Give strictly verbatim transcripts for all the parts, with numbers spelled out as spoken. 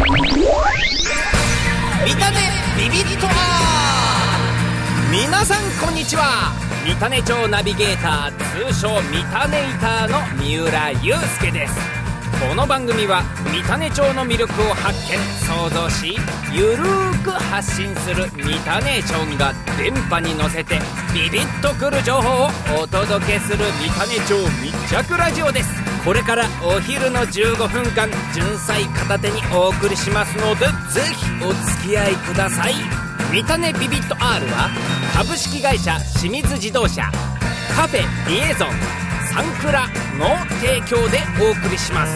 見たねビビッとあ皆さんこんにちは。三種町ナビゲーター、通称三種イターの三浦祐介です。この番組は三種町の魅力を発見創造し、ゆるーく発信する三種町が電波に乗せてビビッとくる情報をお届けする三種町密着ラジオです。これからお昼のじゅうごふんかん、じゅんさい片手にお送りしますので、ぜひお付き合いください。三種ビビッと R は株式会社清水自動車、カフェリエゾン、サンクラの提供でお送りします。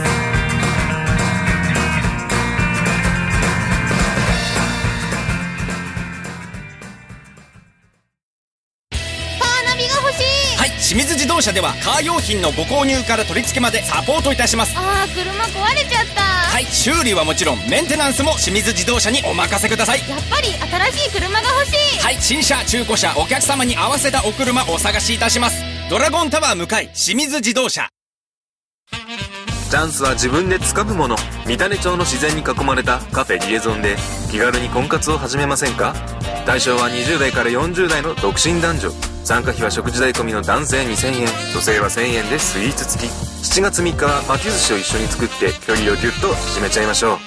清水自動車ではカー用品のご購入から取り付けまでサポートいたします。 あー、車壊れちゃった。 はい、修理はもちろんメンテナンスも清水自動車にお任せください。 やっぱり新しい車が欲しい。 はい、新車中古車お客様に合わせたお車お探しいたします。ドラゴンタワー向かい清水自動車。 チャンスは自分で掴むもの。三種町の自然に囲まれたカフェリエゾンで気軽に婚活を始めませんか？対象はにじゅうだいからよんじゅうだいの独身男女。参加費は食事代込みの男性にせんえん、女性はせんえんでスイーツ付き。しちがつみっかは巻き寿司を一緒に作って距離をギュッと縮めちゃいましょう。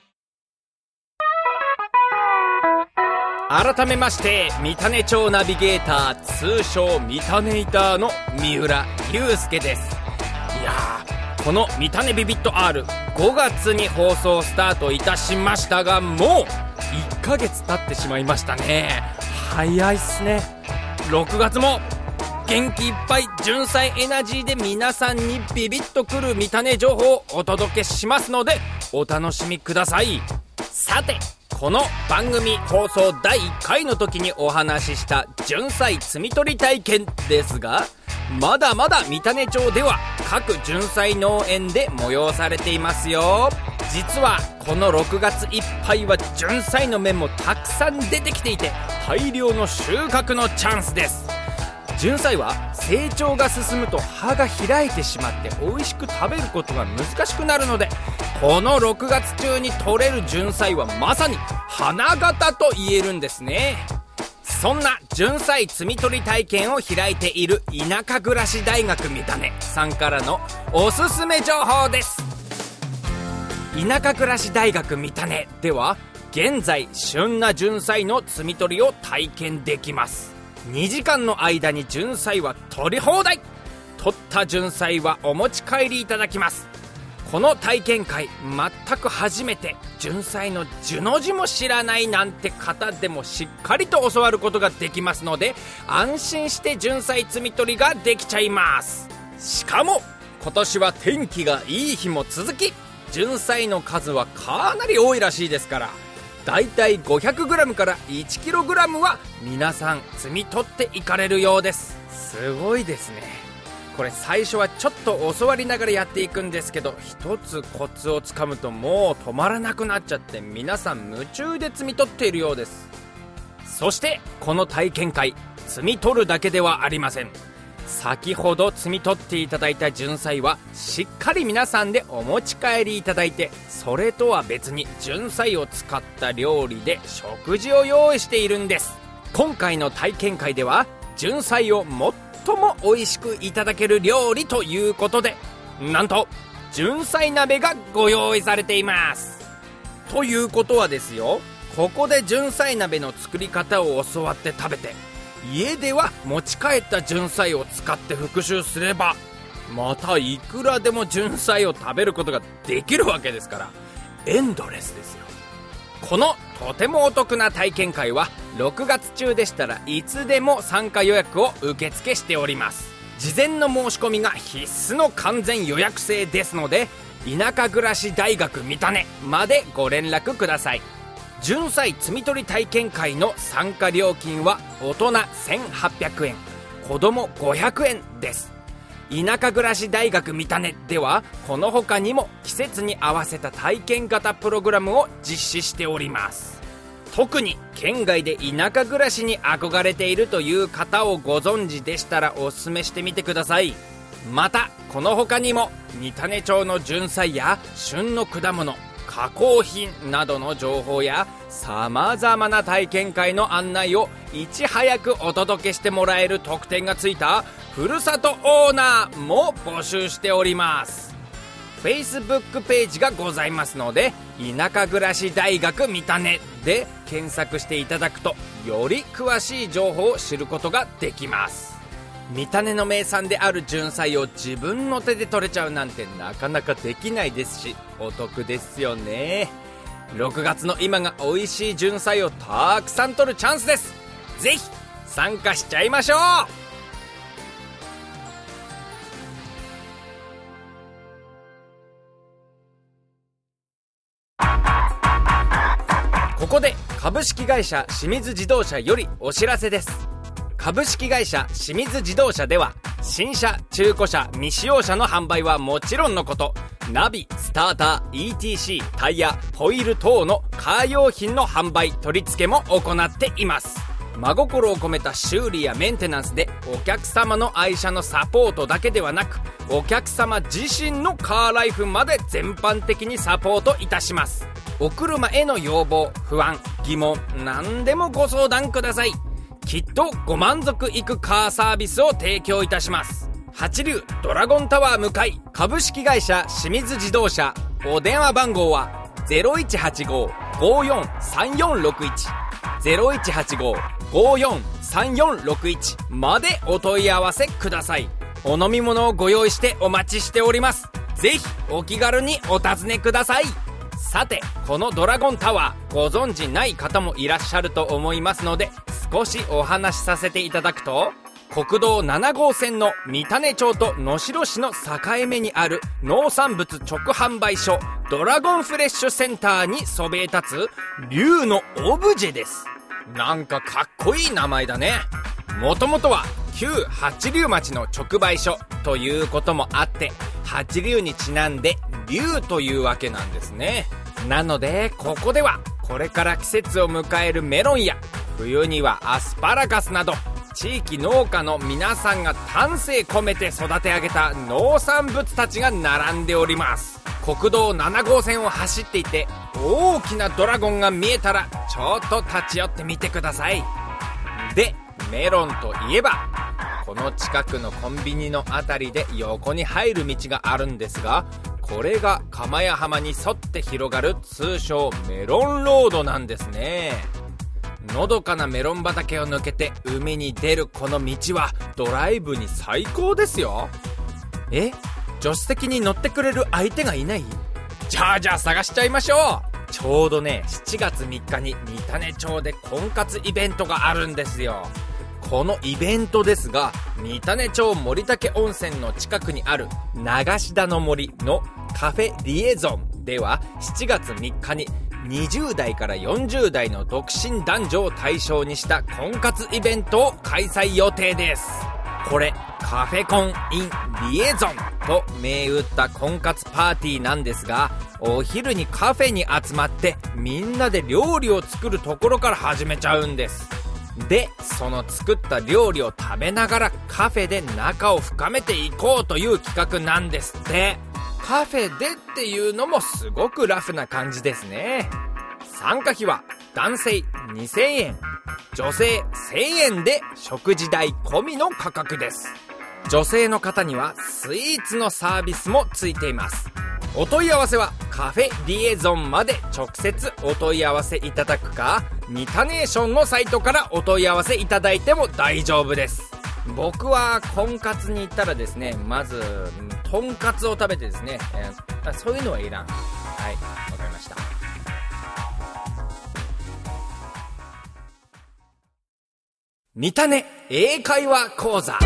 改めまして三種町ナビゲーター、通称三種イターの三浦祐介です。いやー、この三種ビビッと R、 ごがつに放送スタートいたしましたが、もういっかげつ経ってしまいましたね。早いっすね。ろくがつも元気いっぱい純粋エナジーで皆さんにビビッとくる三種情報をお届けしますので、お楽しみください。さて、この番組放送だいいっかいの時にお話しした純粋摘み取り体験ですが、まだまだ三種町では各純粋農園で催されていますよ。実はこのろくがついっぱいは純粋の芽もたくさん出てきていて、大量の収穫のチャンスです。純粋は成長が進むと葉が開いてしまって美味しく食べることが難しくなるので、このろくがつ中に採れる純粋はまさに花形と言えるんですね。そんな純粋摘み取り体験を開いている田舎暮らし大学三種さんからのおすすめ情報です。田舎暮らし大学三種では現在旬な純菜の摘み取りを体験できます。にじかんの間に純菜は取り放題。取った純菜はお持ち帰りいただきます。この体験会全く初めて、純菜の樹の字も知らないなんて方でもしっかりと教わることができますので、安心して純菜摘み取りができちゃいます。しかも今年は天気がいい日も続き、純菜の数はかなり多いらしいですから、だいたい ごひゃくグラム から いちキログラム は皆さん摘み取っていかれるようです。すごいですね。これ最初はちょっと教わりながらやっていくんですけど、一つコツをつかむともう止まらなくなっちゃって、皆さん夢中で摘み取っているようです。そしてこの体験会、摘み取るだけではありません。先ほど摘み取っていただいた純菜はしっかり皆さんでお持ち帰りいただいて、それとは別に純菜を使った料理で食事を用意しているんです。今回の体験会では純菜をもっとも美味しくいただける料理ということで、なんと純菜鍋がご用意されています。ということはですよ、ここで純菜鍋の作り方を教わって食べて、家では持ち帰った純菜を使って復習すれば、またいくらでも純菜を食べることができるわけですから、エンドレスですよ。このとてもお得な体験会はろくがつ中でしたらいつでも参加予約を受付しております。事前の申し込みが必須の完全予約制ですので、田舎暮らし大学三種までご連絡ください。純菜摘み取り体験会の参加料金は大人せんはっぴゃくえん、子供ごひゃくえんです。田舎暮らし大学三種ではこの他にも季節に合わせた体験型プログラムを実施しております。特に県外で田舎暮らしに憧れているという方をご存知でしたらおすすめしてみてください。またこの他にも三種町の純菜や旬の果物、 加工品などの情報やさまざまな体験会の案内をいち早くお届けしてもらえる特典がついたふるさとオーナーも募集しております。 Facebook ページがございますので、田舎暮らし大学三種で検索していただくとより詳しい情報を知ることができます。三種の名産であるじゅんさいを自分の手で取れちゃうなんてなかなかできないですし、お得ですよね。ろくがつの今が美味しいじゅんさいをたくさん取るチャンスです。ぜひ参加しちゃいましょう。ここで株式会社清水自動車よりお知らせです。株式会社清水自動車では新車、中古車、未使用車の販売はもちろんのこと、ナビ、スターター、イーティーシー、タイヤ、ホイール等のカー用品の販売、取り付けも行っています。真心を込めた修理やメンテナンスでお客様の愛車のサポートだけではなく、お客様自身のカーライフまで全般的にサポートいたします。お車への要望、不安、疑問、何でもご相談ください。きっとご満足いくカーサービスを提供いたします。八流ドラゴンタワー向かい株式会社清水自動車、お電話番号は ゼロいちはちごーごーよんさんよんろくいち ゼロいちはちごーごーよんさんよんろくいちまでお問い合わせください。お飲み物をご用意してお待ちしております。ぜひお気軽にお尋ねください。さて、このドラゴンタワーご存知ない方もいらっしゃると思いますので、少しお話しさせていただくと、国道なな号線の三種町と能代市の境目にある農産物直販売所ドラゴンフレッシュセンターにそびえ立つ竜のオブジェです。なんかかっこいい名前だね。もともとは旧八竜町の直売所ということもあって、八竜にちなんで竜というわけなんですね。なのでここではこれから季節を迎えるメロンや冬にはアスパラガスなど、地域農家の皆さんが丹精込めて育て上げた農産物たちが並んでおります。国道なな号線を走っていて大きなドラゴンが見えたらちょっと立ち寄ってみてください。で、メロンといえばこの近くのコンビニのあたりで横に入る道があるんですが、これが釜屋浜に沿って広がる通称メロンロードなんですね。のどかなメロン畑を抜けて海に出るこの道はドライブに最高ですよ。え、助手席に乗ってくれる相手がいない？じゃあじゃあ探しちゃいましょう。ちょうどね、しちがつみっかに三種町で婚活イベントがあるんですよ。このイベントですが、三種町森竹温泉の近くにある流し田の森のカフェリエゾンではしちがつみっかににじゅう代からよんじゅう代の独身男女を対象にした婚活イベントを開催予定です。これカフェコン in リエゾンと銘打った婚活パーティーなんですが、お昼にカフェに集まってみんなで料理を作るところから始めちゃうんです。で、その作った料理を食べながらカフェで仲を深めていこうという企画なんですって。カフェでっていうのもすごくラフな感じですね。参加費は男性にせんえん、女性せんえんで食事代込みの価格です。女性の方にはスイーツのサービスもついています。お問い合わせはカフェリエゾンまで直接お問い合わせいただくか、ミタネーションのサイトからお問い合わせいただいても大丈夫です。僕は婚活に行ったらですね、まずとんかつを食べてですね、えー、そういうのはいらん。はい、わかりました。三種英会話講座。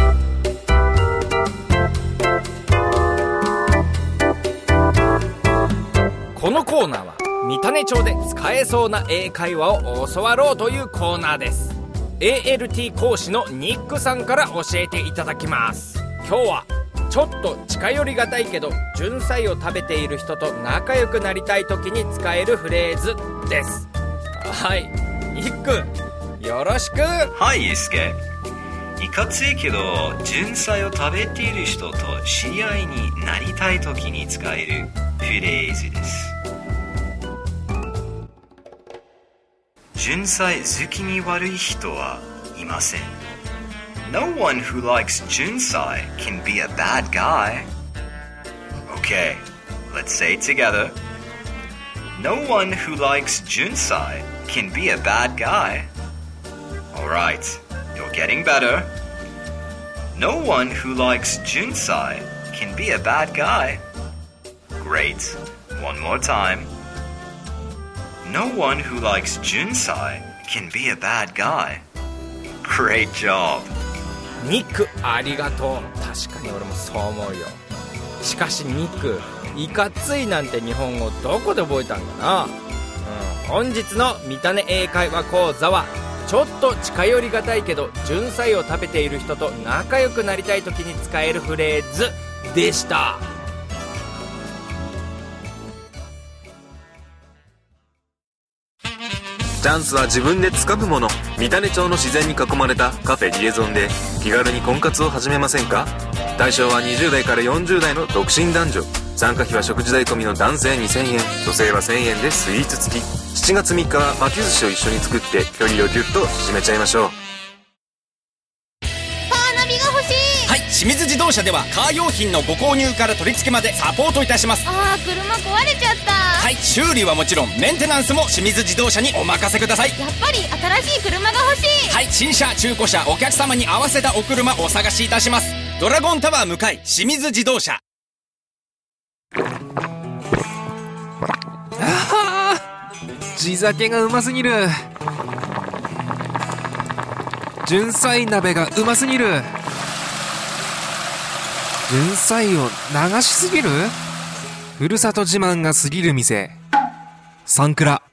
このコーナーは三種町で使えそうな英会話を教わろうというコーナーです。 エーエルティー 講師のニックさんから教えていただきます。今日はちょっと近寄りがたいけどじゅんさいを食べている人と仲良くなりたい時に使えるフレーズです。はい、ニックよろしく。 はい、ユースケ。いかついけどじゅんさいを食べている人と知り合いになりたい時に使えるフレーズです。 純菜好きに悪い人はいません。 No one who likes 純菜 can be a bad guy. Okay, let's say it together. No one who likes 純菜 can be a bad guy. Alright, you're getting better. No one who likes 純菜 can be a bad guy. Great. One more time. No one who likes 純菜 can be a bad guy. Great job. ニック、ありがとう。確かに俺もそう思うよ。しかしニック、いかついなんて日本語どこで覚えたんかな。うん、本日の見たね英会話講座は、ちょっと近寄りがたいけど純菜を食べている人と仲良くなりたい時に使えるフレーズでした。 チャンスは自分で掴むもの。三種町の自然に囲まれたカフェリエゾンで気軽に婚活を始めませんか。対象はにじゅう代からよんじゅう代の独身男女。参加費は食事代込みの男性にせんえん、女性はせんえんでスイーツ付き。しちがつみっかは巻き寿司を一緒に作って距離をギュッと縮めちゃいましょう。 カーナビが欲しい。 はい、清水自動車ではカー用品のご購入から取り付けまでサポートいたします。 あー、車壊れちゃった。 はい、修理はもちろんメンテナンスも清水自動車にお任せください。 やっぱり新しい車が欲しい。 はい、新車中古車お客様に合わせたお車お探しいたします。ドラゴンタワー向かい清水自動車。 あー、地酒がうますぎる。純菜鍋がうますぎる。純菜を流しすぎる。ふるさと自慢が過ぎる店、サンクラ。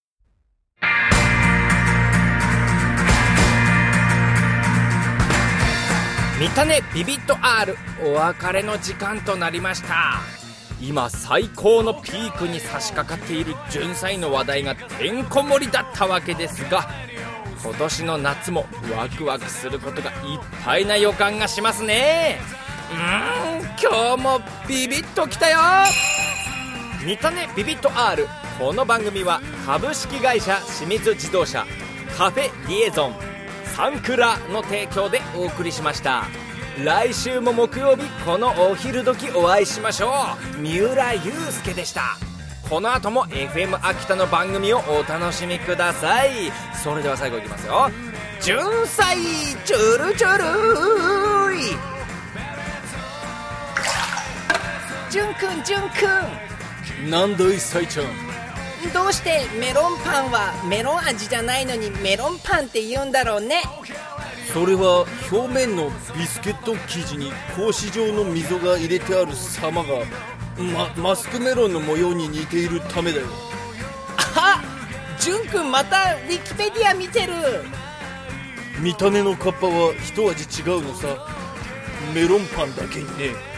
見たねビビット R、 お別れの時間となりました。今最高のピークに差し掛かっている純菜の話題がてんこ盛りだったわけですが、今年の夏もワクワクすることがいっぱいな予感がしますね。うーん、今日もビビッときたよ。見たねビビット R、 この番組は株式会社清水自動車、カフェリエゾン、サンクラの提供でお送りしました。来週も木曜日このお昼時お会いしましょう。三浦祐介でした。この後も エフエム 秋田の番組をお楽しみください。それでは最後いきますよ。純菜チュルチュルーい。 純くん純くん、 なんだいさいちゃん、 どうしてメロンパンはメロン味じゃないのにメロンパンって言うんだろうね。 それは表面のビスケット生地に格子状の溝が入れてある様が、ま、マスクメロンの模様に似ているためだよ。 あ、純くんまたウィキペディア見てる。 見た目のカッパは一味違うのさ。メロンパンだけにね。